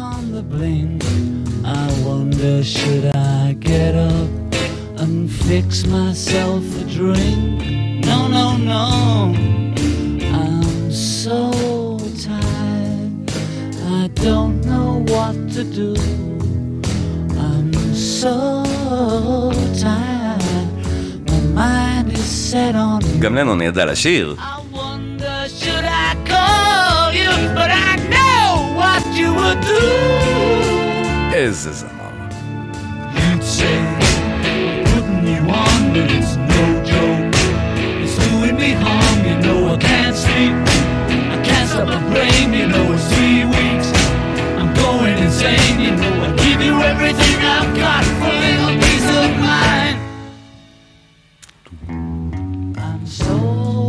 I wonder should I get up and fix myself a drink? No, no, no, I'm so tired, I don't know what to do. I'm so tired, my mind is set on you. גם לנון ידע לשיר. I wonder should I call you, but I know what you would do. איזה זמר. You'd say, putting you on, but it's no joke. It's doing me harm, you know I can't sleep. I can't stop my brain, you know it's three weeks. I'm going insane, you know I give you everything I've got for a little peace of mind. I'm so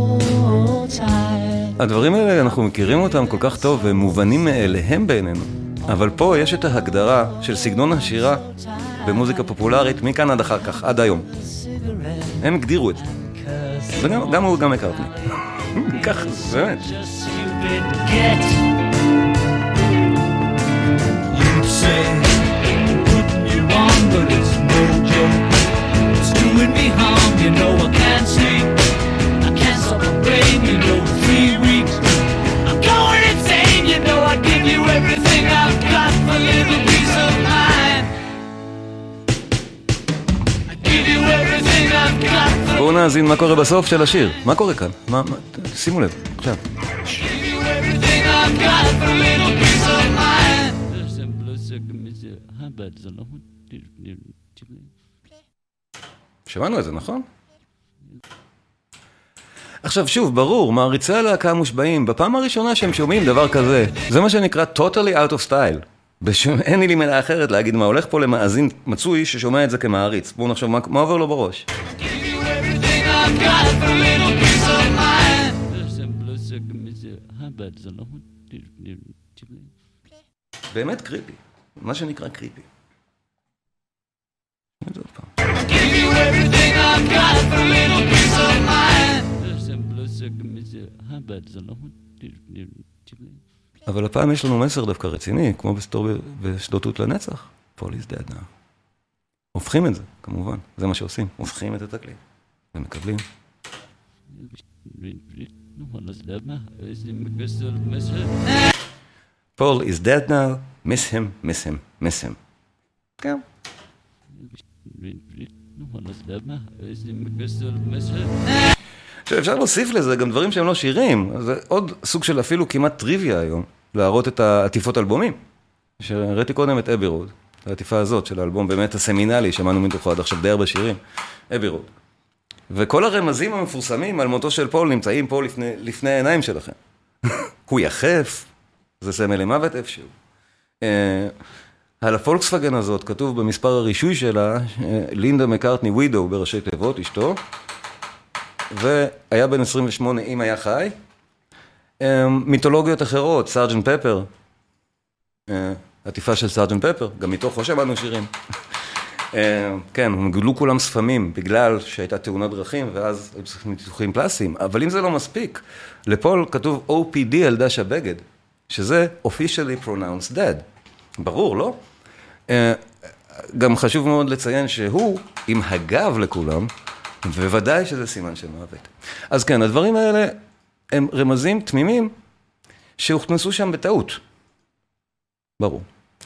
tired. הדברים האלה אנחנו מכירים אותם כל כך טוב והם מובנים מאליהם בעינינו. אבל פה יש את ההגדרה של סגנון השירה במוזיקה פופולרית מכאן עד אחר כך, עד היום. הם הגדירו את זה. וגם גם הוא גם הכרתי. ככה, באמת. I בואו נאזין מה קורה בסוף של השיר. מה קורה כאן? מה, מה, שימו לב, עכשיו. שמענו את זה, נכון? עכשיו שוב, ברור, מעריצי הלהקה מושבעים, בפעם הראשונה שהם שומעים דבר כזה, זה מה שנקרא totally out of style. בשום, אין לי מילה אחרת להגיד מה הולך פה למאזין מצוי ששומע את זה כמעריץ. בואו נחשוב מה, מה עובר לו בראש. באמת קריפי, מה שנקרא קריפי. זה עוד פעם. אבל הפעם יש לנו מסר דווקא רציני, כמו בסטור בשלוטות לנצח. Paul is dead now. הופכים את זה, כמובן. זה מה שעושים. הופכים את התקליט. ומקבלים. Paul is dead now. Miss him, miss him, miss him. כן. אפשר להוסיף לזה גם דברים שהם לא שירים, זה עוד סוג של אפילו כמעט טריוויה היום, להראות את העטיפות אלבומים. שראיתי קודם את אבי רוד, העטיפה הזאת של האלבום באמת הסמינלי, שמענו מתוכו עד עכשיו די הרבה שירים, אבי רוד. וכל הרמזים המפורסמים על מותו של פול נמצאים פה לפני, לפני העיניים שלכם. הוא יחף, זה סמל למוות איפשהו. על הפולקסווגן הזאת כתוב במספר הרישוי שלה, לינדה מקארטני ווידו בראשי תיבות, אשתו, והיה בן עשרים ושמונה אם היה חי. מיתולוגיות אחרות, סארג'נט פפר, עטיפה של סארג'נט פפר, גם מתוכו שמענו שירים. כן, הם גילו כולם ספמים בגלל שהייתה תאונת דרכים, ואז היו צריכים ניתוחים פלסטיים, אבל אם זה לא מספיק, לפול כתוב או פי די על דש הבגד, שזה officially pronounced dead. ברור, לא? גם חשוב מאוד לציין שהוא עם הגב לכולם, ובוודאי שזה סימן של מוות. אז כן, הדברים האלה הם רמזים תמימים שהוכנסו שם בטעות. ברור.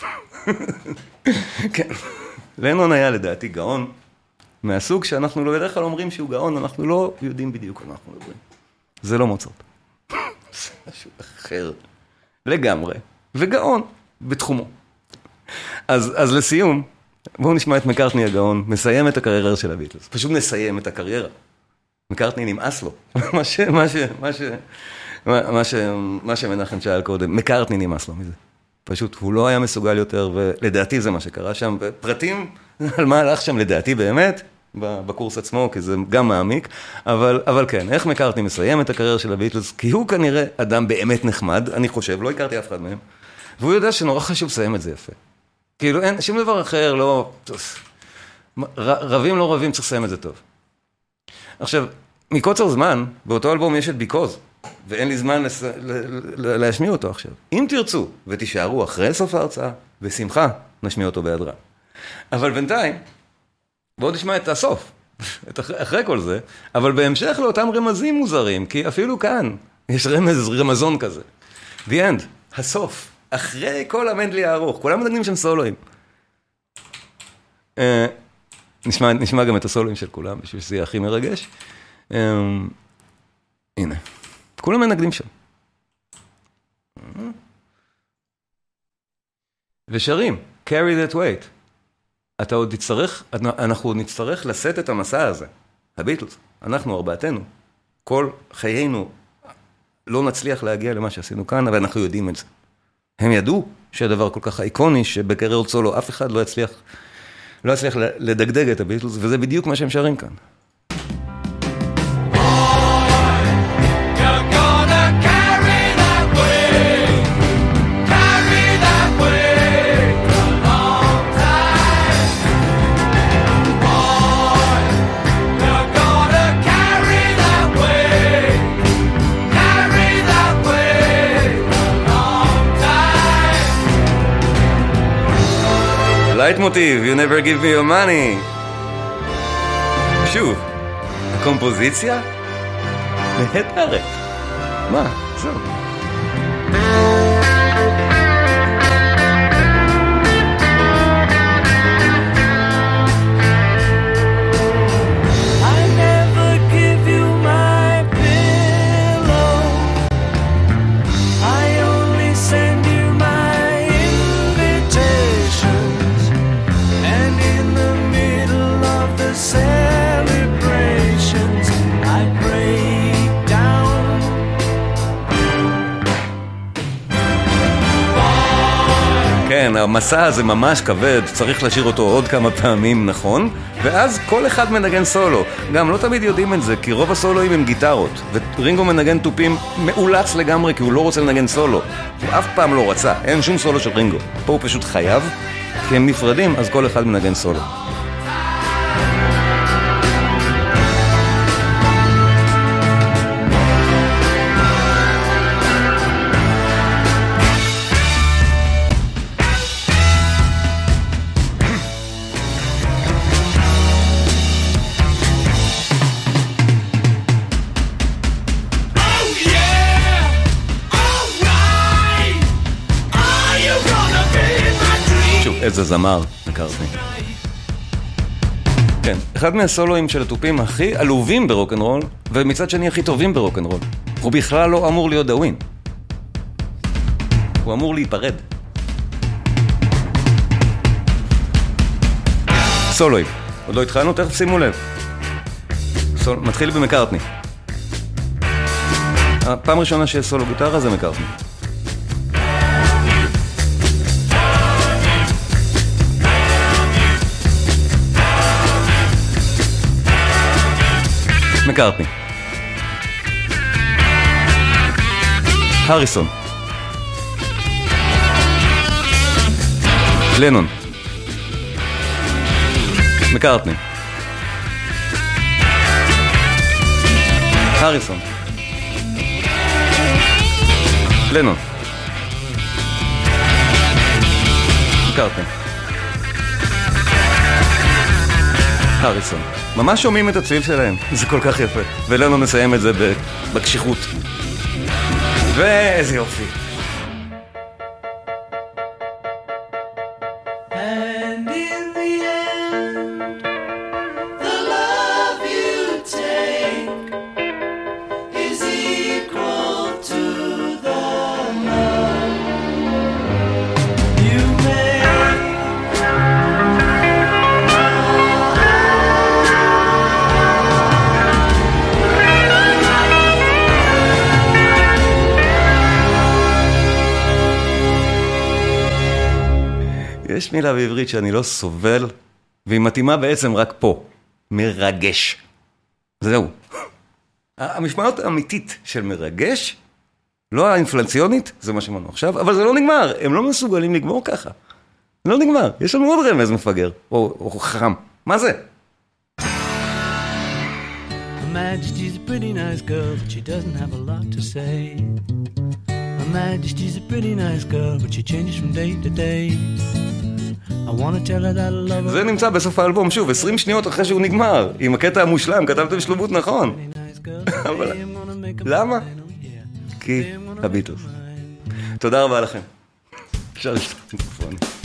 כן. לנון היה לדעתי גאון, מהסוג שאנחנו לא בדרך כלל אומרים שהוא גאון, אנחנו לא יודעים בדיוק על מה אנחנו מדברים. זה לא מוצרט. זה משהו אחר. לגמרי. וגאון בתחומו. אז, אז לסיום, בואו נשמע את מקארטני הגאון, מסיים את הקריירה של הביטלס. פשוט נסיים את הקריירה. מקארטני נמאס לו. מה ש... מה ש... מה ש... מה ש... מה שמנחם שאל קודם, מקארטני נמאס לו מזה. פשוט הוא לא היה מסוגל יותר, ולדעתי זה מה שקרה שם, ופרטים על מה הלך שם לדעתי באמת, בקורס עצמו, כי זה גם מעמיק, אבל, אבל כן, איך מקארטני מסיים את הקריירה של הביטלס, כי הוא כנראה אדם באמת נחמד, אני חושב, לא הכרתי אף אחד מהם, והוא יודע שנורא חשוב לסיים את זה יפה. כאילו אין, שום דבר אחר, לא, רבים לא רבים, צריך לסיים את זה טוב. עכשיו, מקוצר זמן, באותו אלבום יש את ביקוז, ואין לי זמן לס... להשמיע אותו עכשיו. אם תרצו ותישארו אחרי סוף ההרצאה, בשמחה נשמיע אותו בהדרה. אבל בינתיים, בואו נשמע את הסוף, את אחרי, אחרי כל זה, אבל בהמשך לאותם רמזים מוזרים, כי אפילו כאן יש רמז, רמזון כזה. The end, הסוף, אחרי כל המנדלי הארוך, כולם מדגנים שם סולואים. Uh, נשמע, נשמע גם את הסולואים של כולם, בשביל שזה יהיה הכי מרגש. Uh, הנה. כולם מנגדים שם. ושרים, carry that weight. אתה עוד נצטרך, אנחנו עוד נצטרך לשאת את המסע הזה. הביטלס, אנחנו ארבעתנו. כל חיינו לא נצליח להגיע למה שעשינו כאן, אבל אנחנו יודעים את זה. הם ידעו שהדבר כל כך איקוני, שבקריירת סולו אף אחד לא יצליח, לא יצליח לדגדג את הביטלס, וזה בדיוק מה שהם שרים כאן. לייט מוטיב, you never give me your money. שוב, הקומפוזיציה? נהדרת. מה? זהו. I המסע הזה ממש כבד, צריך לשיר אותו עוד כמה פעמים, נכון? ואז כל אחד מנגן סולו. גם לא תמיד יודעים את זה, כי רוב הסולואים הם גיטרות, ורינגו מנגן טופים מאולץ לגמרי, כי הוא לא רוצה לנגן סולו. הוא אף פעם לא רצה, אין שום סולו של רינגו. פה הוא פשוט חייב, כי הם נפרדים, אז כל אחד מנגן סולו. איזה זמר, מקארטני. כן, אחד מהסולואים של הטופים הכי עלובים ברוק'נ'רול, ומצד שני הכי טובים ברוק'נ'רול. הוא בכלל לא אמור להיות דאווין. הוא אמור להיפרד. סולואים. עוד לא התחלנו, תכף שימו לב. סול... מתחיל במקארטני. הפעם ראשונה שיש סולו גיטרה זה מקארטני. מקארטני. הריסון. לנון. מקארטני. הריסון. לנון. מקארטני. הריסון. ממש שומעים את הצליל שלהם, זה כל כך יפה. ולנו נסיים את זה בקשיחות. ואיזה יופי. And in the end, the love you take is equal to the love you make. יש מילה בעברית שאני לא סובל, והיא מתאימה בעצם רק פה. מרגש. זהו. המשמעות האמיתית של מרגש, לא האינפלציונית, זה מה שמענו עכשיו, אבל זה לא נגמר. הם לא מסוגלים לגמור ככה. זה לא נגמר. יש לנו עוד רמז מפגר, או, או חכם. מה זה? Her Majesty's a pretty nice girl, but she doesn't have a lot to say. Her Majesty's a pretty nice girl, but she changes from day to day. I want to tell her that I love her. זה נמצא בסוף האלבום, שוב, עשרים שניות אחרי שהוא נגמר, עם הקטע המושלם, כתבתם שלמות נכון. אבל למה? כי הביטלס. תודה רבה לכם. אפשר לשתות מיקרופונים.